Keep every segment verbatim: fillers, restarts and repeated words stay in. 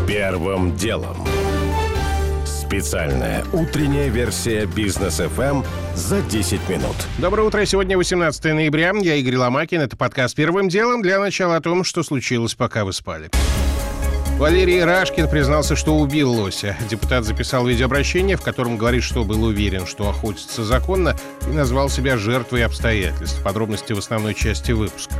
Первым делом. Специальная утренняя версия Бизнес эф эм за десять минут. Доброе утро. Сегодня восемнадцатое ноября. Я Игорь Ломакин. Это подкаст «Первым делом». Для начала о том, что случилось, пока вы спали. Валерий Рашкин признался, что убил лося. Депутат записал видеообращение, в котором говорит, что был уверен, что охотится законно, и назвал себя жертвой обстоятельств. Подробности в основной части выпуска.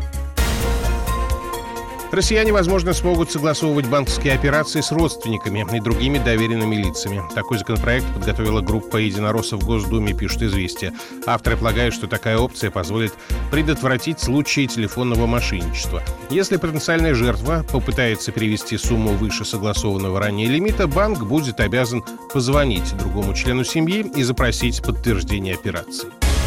Россияне, возможно, смогут согласовывать банковские операции с родственниками и другими доверенными лицами. Такой законопроект подготовила группа единороссов в Госдуме, пишет «Известия». Авторы полагают, что такая опция позволит предотвратить случаи телефонного мошенничества. Если потенциальная жертва попытается перевести сумму выше согласованного ранее лимита, банк будет обязан позвонить другому члену семьи и запросить подтверждение операции.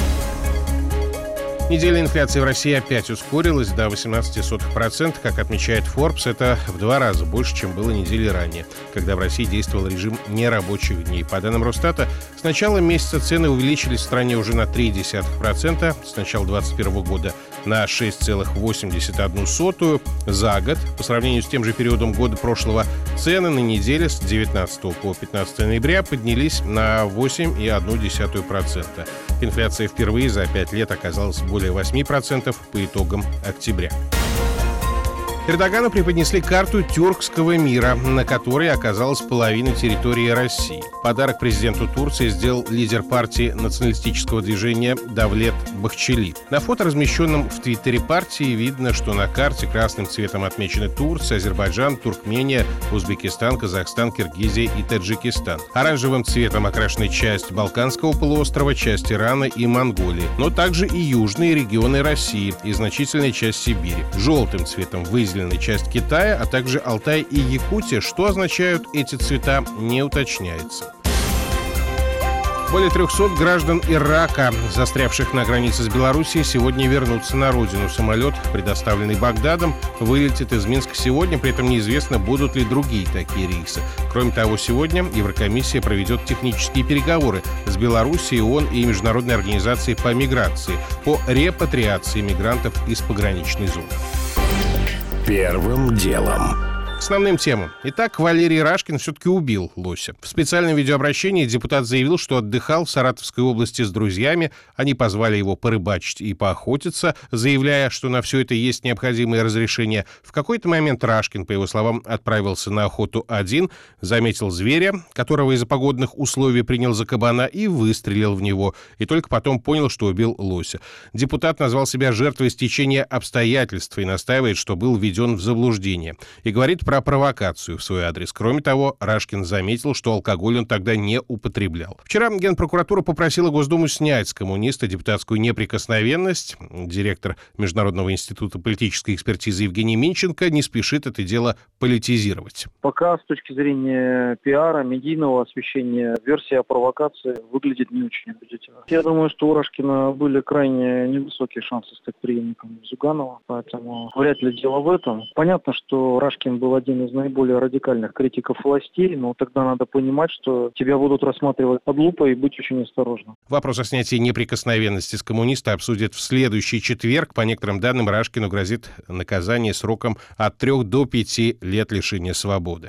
Недельная инфляция в России опять ускорилась до восемнадцать сотых процента. Как отмечает Forbes, это в два раза больше, чем было недели ранее, когда в России действовал режим нерабочих дней. По данным Росстата, с начала месяца цены увеличились в стране уже на ноль целых три десятых процента, с начала две тысячи двадцать первого года на шесть целых восемьдесят одну сотую за год. По сравнению с тем же периодом года прошлого, цены на неделе с девятнадцатого по пятнадцатое ноября поднялись на восемь целых одну десятую процента. Инфляция впервые за пять лет оказалась более восемь процентов по итогам октября. Эрдогану преподнесли карту тюркского мира, на которой оказалась половина территории России. Подарок президенту Турции сделал лидер партии националистического движения Давлет Бахчели. На фото, размещенном в твиттере партии, видно, что на карте красным цветом отмечены Турция, Азербайджан, Туркмения, Узбекистан, Казахстан, Киргизия и Таджикистан. Оранжевым цветом окрашены часть Балканского полуострова, часть Ирана и Монголии, но также и южные регионы России и значительная часть Сибири. Желтым цветом выделена часть Китая, а также Алтай и Якутия. Что означают эти цвета, не уточняется. Более трехсот граждан Ирака, застрявших на границе с Белоруссией, сегодня вернутся на родину. Самолет, предоставленный Багдадом, вылетит из Минска сегодня, при этом неизвестно, будут ли другие такие рейсы. Кроме того, сегодня Еврокомиссия проведет технические переговоры с Белоруссией, ООН и Международной организацией по миграции по репатриации мигрантов из пограничной зоны. Первым делом. Основным темам. Итак, Валерий Рашкин все-таки убил лося. В специальном видеообращении депутат заявил, что отдыхал в Саратовской области с друзьями. Они позвали его порыбачить и поохотиться, заявляя, что на все это есть необходимые разрешения. В какой-то момент Рашкин, по его словам, отправился на охоту один, заметил зверя, которого из-за погодных условий принял за кабана, и выстрелил в него. И только потом понял, что убил лося. Депутат назвал себя жертвой стечения обстоятельств и настаивает, что был введен в заблуждение. И говорит про провокацию в свой адрес. Кроме того, Рашкин заметил, что алкоголь он тогда не употреблял. Вчера Генпрокуратура попросила Госдуму снять с коммуниста депутатскую неприкосновенность. Директор Международного института политической экспертизы Евгений Минченко не спешит это дело политизировать. Пока с точки зрения пиара, медийного освещения, версия о провокации выглядит не очень убедительно. Я думаю, что у Рашкина были крайне невысокие шансы стать преемником Зюганова, поэтому вряд ли дело в этом. Понятно, что Рашкин был один из наиболее радикальных критиков властей, но тогда надо понимать, что тебя будут рассматривать под лупой и быть очень осторожным. Вопрос о снятии неприкосновенности с коммуниста обсудят в следующий четверг. По некоторым данным, Рашкину грозит наказание сроком от трех до пяти лет лишения свободы.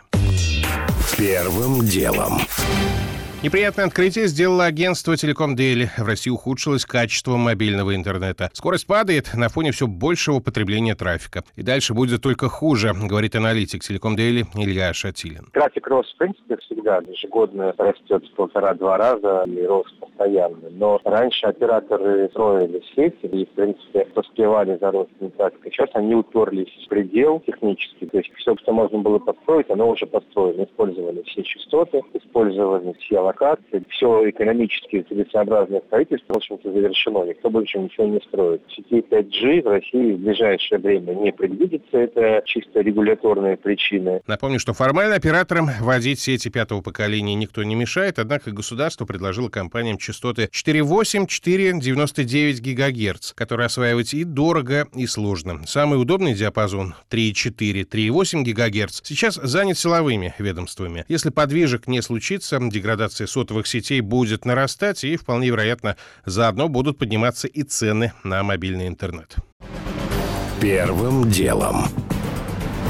Первым делом. Неприятное открытие сделало агентство Telecom Daily. В России ухудшилось качество мобильного интернета. Скорость падает на фоне все большего потребления трафика. И дальше будет только хуже, говорит аналитик Telecom Daily Илья Шатилин. Трафик рос, в принципе, всегда. Ежегодно растет в полтора-два раза и рост постоянный. Но раньше операторы строили сети и, в принципе, поспевали за ростом трафика. Сейчас они уперлись в предел технически. То есть все, что можно было построить, оно уже построено. Использовали все частоты, использовали все локации, все экономически целесообразное строительство, в общем-то, завершено. Никто больше ничего не строит. Сети пять джи в России в ближайшее время не предвидится. Это чисто регуляторные причины. Напомню, что формально операторам вводить сети пятого поколения никто не мешает, однако государство предложило компаниям частоты четыре восемь - четыре девяносто девять гигагерц, которые осваивать и дорого, и сложно. Самый удобный диапазон три четыре - три восемь гигагерц сейчас занят силовыми ведомствами. Если подвижек не случится, деградация сотовых сетей будет нарастать, и вполне вероятно, заодно будут подниматься и цены на мобильный интернет. Первым делом.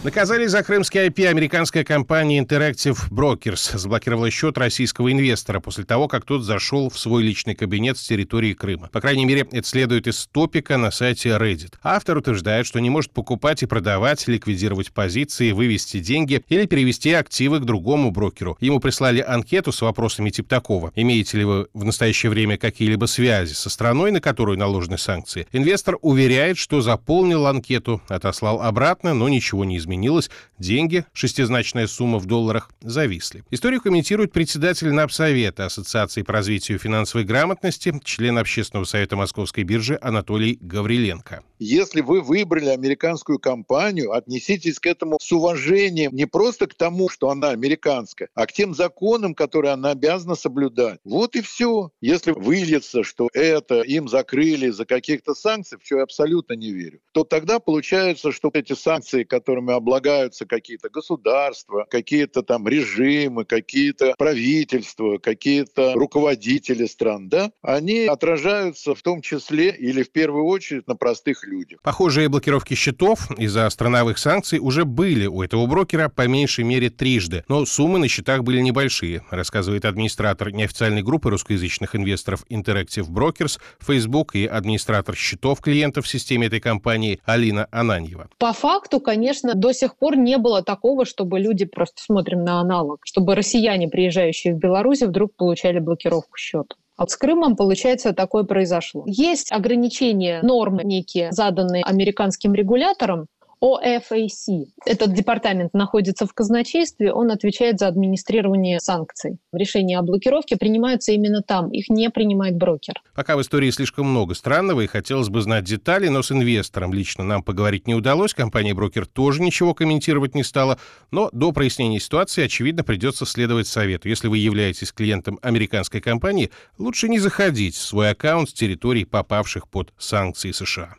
Наказали за крымский ай пи. Американская компания Interactive Brokers заблокировала счет российского инвестора после того, как тот зашел в свой личный кабинет с территории Крыма. По крайней мере, это следует из топика на сайте Reddit. Автор утверждает, что не может покупать и продавать, ликвидировать позиции, вывести деньги или перевести активы к другому брокеру. Ему прислали анкету с вопросами типа такого: имеете ли вы в настоящее время какие-либо связи со страной, на которую наложены санкции? Инвестор уверяет, что заполнил анкету, отослал обратно, но ничего не изменилось. Изменилось. Деньги, шестизначная сумма в долларах, зависли. Историю комментирует председатель Напсовета Ассоциации по развитию финансовой грамотности, член Общественного совета Московской биржи Анатолий Гавриленко. Если вы выбрали американскую компанию, отнеситесь к этому с уважением, не просто к тому, что она американская, а к тем законам, которые она обязана соблюдать. Вот и все. Если выявится, что это им закрыли из-за каких-то санкций, в что я абсолютно не верю, то тогда получается, что эти санкции, которыми облагаются какие-то государства, какие-то там режимы, какие-то правительства, какие-то руководители стран, да, они отражаются в том числе или в первую очередь на простых людях. Похожие блокировки счетов из-за страновых санкций уже были у этого брокера по меньшей мере трижды, но суммы на счетах были небольшие, рассказывает администратор неофициальной группы русскоязычных инвесторов Interactive Brokers Facebook и администратор счетов клиентов в системе этой компании Алина Ананьева. По факту, конечно, до сих пор не было такого, чтобы люди, просто смотрим на аналог, чтобы россияне, приезжающие в Беларусь, вдруг получали блокировку счета. А с Крымом, получается, такое произошло. Есть ограничения, нормы некие, заданные американским регулятором, о эф эй си. Этот департамент находится в казначействе, он отвечает за администрирование санкций. Решения о блокировке принимаются именно там, их не принимает брокер. Пока в истории слишком много странного и хотелось бы знать детали, но с инвестором лично нам поговорить не удалось, компания-брокер тоже ничего комментировать не стала, но до прояснения ситуации, очевидно, придется следовать совету. Если вы являетесь клиентом американской компании, лучше не заходить в свой аккаунт с территорий, попавших под санкции США.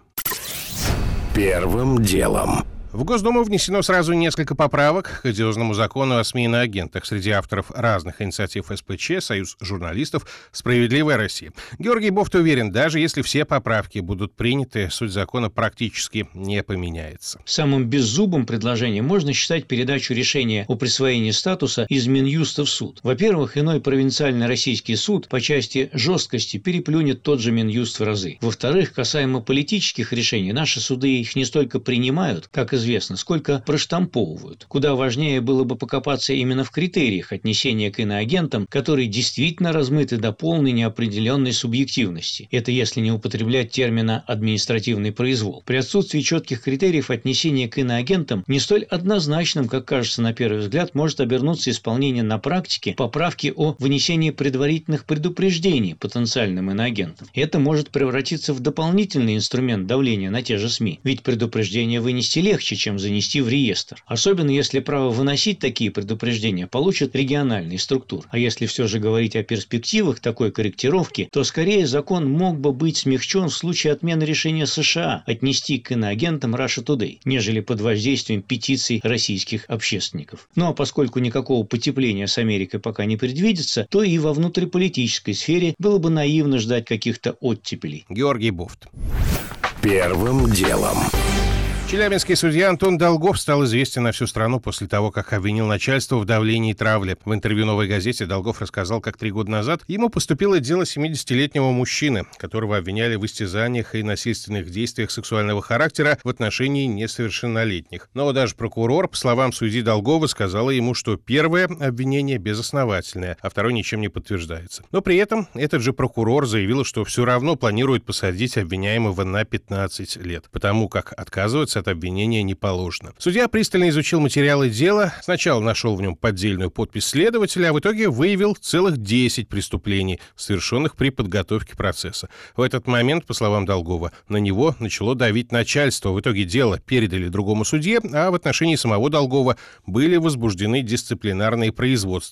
Первым делом. В Госдуму внесено сразу несколько поправок к одиозному закону о СМИ и иноагентах. Среди авторов разных инициатив эс пэ че, Союз журналистов, «Справедливая Россия». Георгий Бофт уверен, даже если все поправки будут приняты, суть закона практически не поменяется. Самым беззубым предложением можно считать передачу решения о присвоении статуса из Минюста в суд. Во-первых, иной провинциальный российский суд по части жесткости переплюнет тот же Минюст в разы. Во-вторых, касаемо политических решений, наши суды их не столько принимают, как и известно, сколько проштамповывают. Куда важнее было бы покопаться именно в критериях отнесения к иноагентам, которые действительно размыты до полной неопределенной субъективности. Это если не употреблять термина «административный произвол». При отсутствии четких критериев отнесения к иноагентам не столь однозначным, как кажется на первый взгляд, может обернуться исполнение на практике поправки о вынесении предварительных предупреждений потенциальным иноагентам. Это может превратиться в дополнительный инструмент давления на те же СМИ, ведь предупреждение вынести легче, чем занести в реестр. Особенно если право выносить такие предупреждения получат региональные структуры. А если все же говорить о перспективах такой корректировки, то скорее закон мог бы быть смягчен в случае отмены решения США отнести к иноагентам Russia Today, нежели под воздействием петиций российских общественников. Ну а поскольку никакого потепления с Америкой пока не предвидится, то и во внутриполитической сфере было бы наивно ждать каких-то оттепелей. Георгий Бофт. Первым делом. Челябинский судья Антон Долгов стал известен на всю страну после того, как обвинил начальство в давлении и травле. В интервью «Новой газете» Долгов рассказал, как три года назад ему поступило дело семидесятилетнего мужчины, которого обвиняли в истязаниях и насильственных действиях сексуального характера в отношении несовершеннолетних. Но даже прокурор, по словам судьи Долгова, сказала ему, что первое обвинение безосновательное, а второе ничем не подтверждается. Но при этом этот же прокурор заявил, что все равно планирует посадить обвиняемого на пятнадцать лет, потому как отказываться от обвинения не положено. Судья пристально изучил материалы дела, сначала нашел в нем поддельную подпись следователя, а в итоге выявил целых десять преступлений, совершенных при подготовке процесса. В этот момент, по словам Долгова, на него начало давить начальство. В итоге дело передали другому судье, а в отношении самого Долгова были возбуждены дисциплинарные производства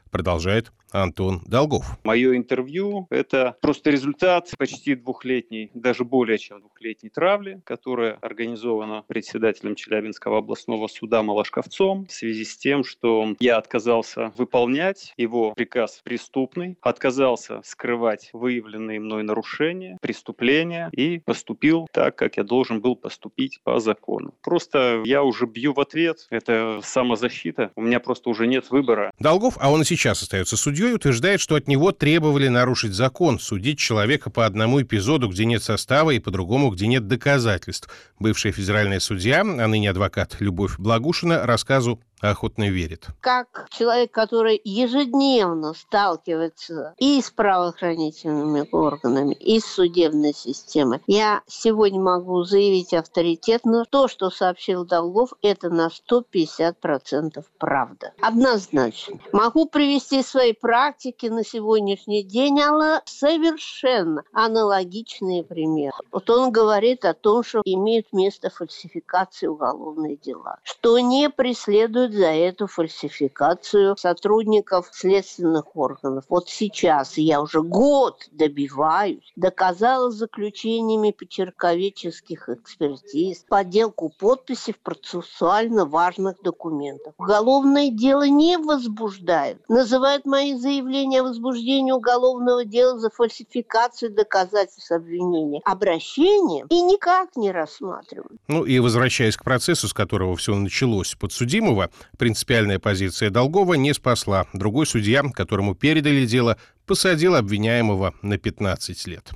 продолжает Антон Долгов. Мое интервью – это просто результат почти двухлетней, даже более чем двухлетней травли, которая организована председателем Челябинского областного суда Малашковцом в связи с тем, что я отказался выполнять его приказ преступный, отказался скрывать выявленные мной нарушения, преступления и поступил так, как я должен был поступить по закону. Просто я уже бью в ответ, это самозащита, у меня просто уже нет выбора. Долгов, а он и сейчас остается судьей, утверждает, что от него требовали нарушить закон, судить человека по одному эпизоду, где нет состава, и по другому, где нет доказательств. Бывшая федеральная судья, а ныне адвокат Любовь Благушина, рассказу охотно верит. Как человек, который ежедневно сталкивается и с правоохранительными органами, и с судебной системой, я сегодня могу заявить авторитетно, то, что сообщил Долгов, это на сто пятьдесят процентов правда. Однозначно. Могу привести свои практики на сегодняшний день, але совершенно аналогичные примеры. Вот он говорит о том, что имеют место фальсификации уголовные дела, что не преследуют за эту фальсификацию сотрудников следственных органов. Вот сейчас я уже год добиваюсь, доказала заключениями почерковедческих экспертиз подделку подписей в процессуально важных документах. Уголовное дело не возбуждают. Называют мои заявления о возбуждении уголовного дела за фальсификацию доказательств обвинения обращением и никак не рассматривают. Ну и возвращаясь к процессу, с которого все началось, подсудимого, принципиальная позиция Долгова не спасла. Другой судья, которому передали дело, посадил обвиняемого на пятнадцать лет.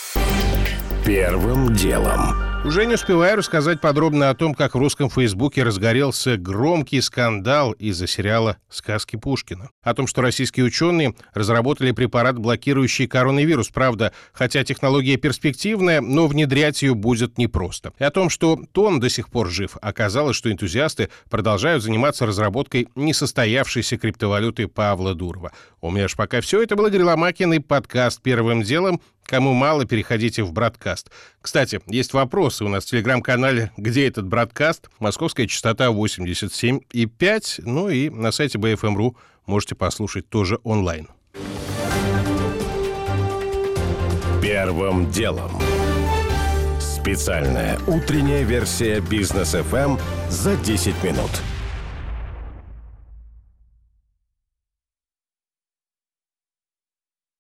Первым делом. Уже не успеваю рассказать подробно о том, как в русском Фейсбуке разгорелся громкий скандал из-за сериала «Сказки Пушкина». О том, что российские ученые разработали препарат, блокирующий коронавирус. Правда, хотя технология перспективная, но внедрять ее будет непросто. И о том, что Тон до сих пор жив. Оказалось, что энтузиасты продолжают заниматься разработкой несостоявшейся криптовалюты Павла Дурова. У меня ж пока все. Это был Игорь Ломакин и подкаст «Первым делом». Кому мало, переходите в Бродкаст. Кстати, есть вопросы у нас в телеграм-канале «Где этот Бродкаст?» Московская частота восемьдесят семь и пять. Ну и на сайте бэ эф эм точка ру можете послушать тоже онлайн. Первым делом. Специальная утренняя версия Бизнес эф эм за десять минут.